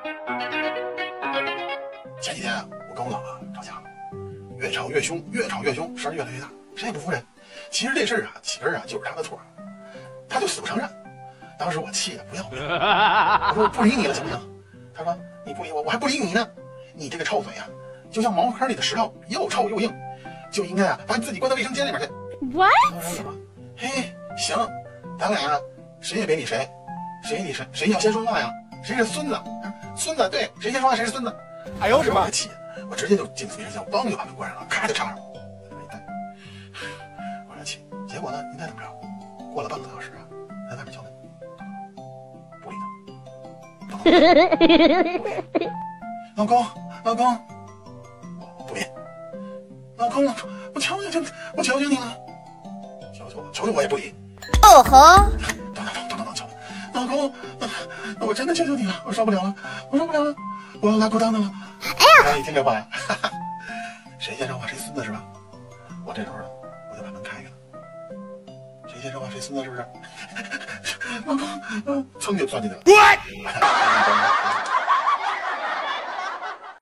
前几天啊，我跟我老婆吵架了，越吵越凶，越吵越凶，声越来越大，谁也不服人。其实这事儿啊，起根啊就是他的错，他就死不承认。当时我气得不要命，我说我不理你了行不行？他说你不理我，我还不理你呢。你这个臭嘴啊，就像茅坑里的石头，又臭又硬，就应该啊把你自己关到卫生间里面去。 What？ 我说怎么？嘿，行，咱俩呀，谁也别理谁，谁要先说话呀？谁是孙子？孙子对，谁先说话谁是孙子。 哎呦我的妈！ 气，我直接就进卫生间，梆就把门关上了，咔就插上。我说气，结果呢，你猜怎么着？过了半个多小时啊，在外面敲门，不理他。老公，不理。老公，我求求你了，求求我也不理。 哦吼！ 等，敲门。老公，我真的求求你了，我受不了了，我要拉裤裆子了。哎呀，你听这话呀，谁先说话谁孙子是吧？我这时候呢，我就把门开开了。谁先说话谁孙子是不是？老公，噌就钻进去了。